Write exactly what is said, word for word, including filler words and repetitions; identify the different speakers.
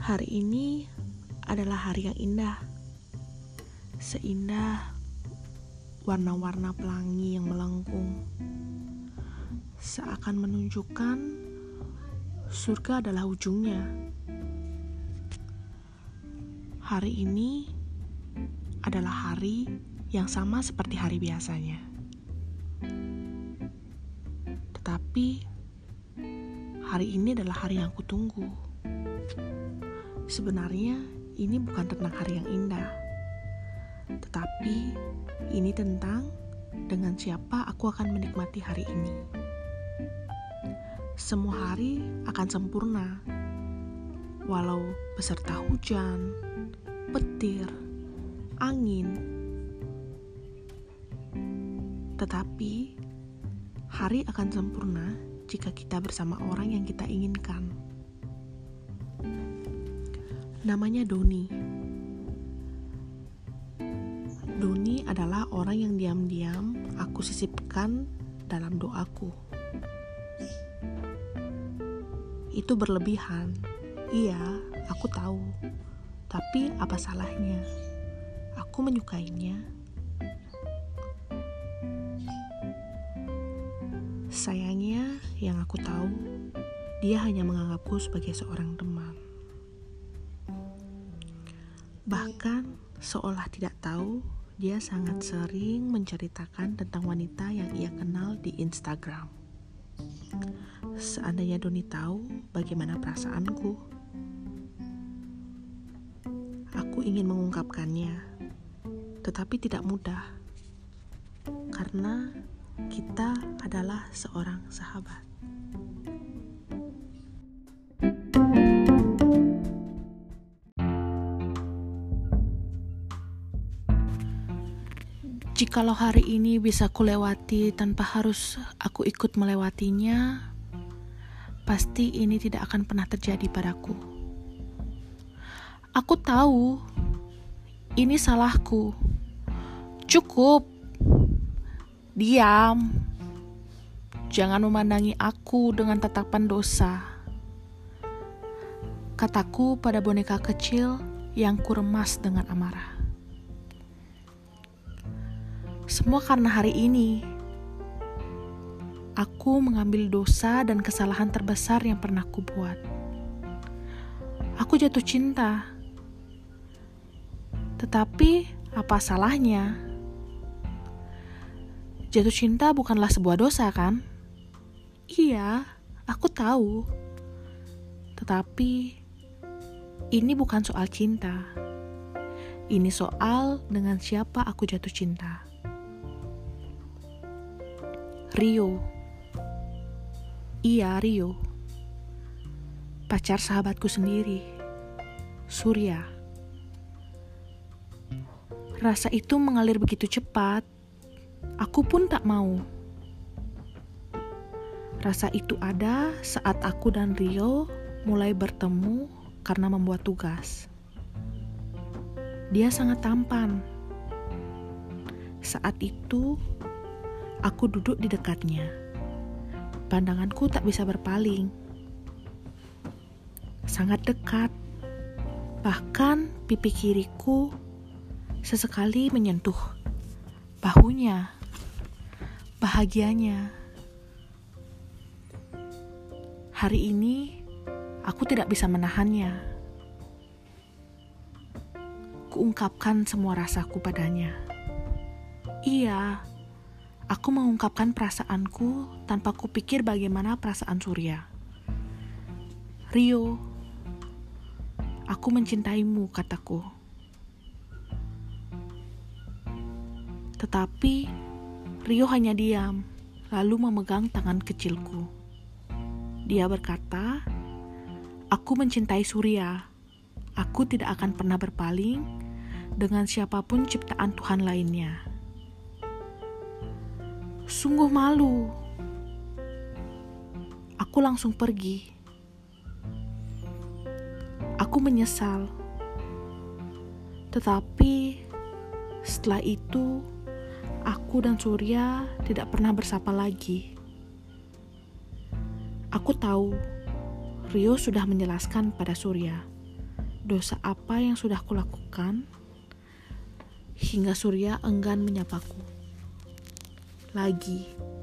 Speaker 1: Hari ini adalah hari yang indah, seindah warna-warna pelangi yang melengkung, seakan menunjukkan surga adalah ujungnya. Hari ini adalah hari yang sama seperti hari biasanya, tetapi hari ini adalah hari yang kutunggu. Sebenarnya ini bukan tentang hari yang indah, tetapi ini tentang dengan siapa aku akan menikmati hari ini. Semua hari akan sempurna, walau beserta hujan, petir, angin. Tetapi hari akan sempurna jika kita bersama orang yang kita inginkan. Namanya Doni. Doni adalah orang yang diam-diam aku sisipkan dalam doaku. Itu berlebihan. Iya, aku tahu. Tapi apa salahnya? Aku menyukainya. Sayangnya, yang aku tahu, dia hanya menganggapku sebagai seorang teman. Bahkan, seolah tidak tahu, dia sangat sering menceritakan tentang wanita yang ia kenal di Instagram. Seandainya Doni tahu bagaimana perasaanku, aku ingin mengungkapkannya, tetapi tidak mudah, karena kita adalah seorang sahabat. Jikalau hari ini bisa kulewati tanpa harus aku ikut melewatinya, pasti ini tidak akan pernah terjadi padaku. Aku tahu ini salahku. Cukup. Diam. Jangan memandangi aku dengan tatapan dosa. Kataku pada boneka kecil yang kuremas dengan amarah. Semua karena hari ini. Aku mengambil dosa dan kesalahan terbesar yang pernah kubuat. Aku jatuh cinta. Tetapi apa salahnya? Jatuh cinta bukanlah sebuah dosa, kan? Iya, aku tahu. Tetapi ini bukan soal cinta. Ini soal dengan siapa aku jatuh cinta. Rio. Iya, Rio. Pacar sahabatku sendiri, Surya. Rasa itu mengalir begitu cepat, aku pun tak mau. Rasa itu ada saat aku dan Rio mulai bertemu karena membuat tugas. Dia sangat tampan. Saat itu, aku duduk di dekatnya. Pandanganku tak bisa berpaling. Sangat dekat. Bahkan pipi kiriku sesekali menyentuh bahunya. Bahagianya. Hari ini aku tidak bisa menahannya. Kuungkapkan semua rasaku padanya. Iya, aku mengungkapkan perasaanku tanpa kupikir bagaimana perasaan Surya. Rio, aku mencintaimu, kataku. Tetapi Rio hanya diam, lalu memegang tangan kecilku. Dia berkata, aku mencintai Surya. Aku tidak akan pernah berpaling dengan siapapun ciptaan Tuhan lainnya. Sungguh malu. Aku langsung pergi. Aku menyesal. Tetapi setelah itu, aku dan Surya tidak pernah bersapa lagi. Aku tahu Rio sudah menjelaskan pada Surya dosa apa yang sudah kulakukan hingga Surya enggan menyapaku lagi.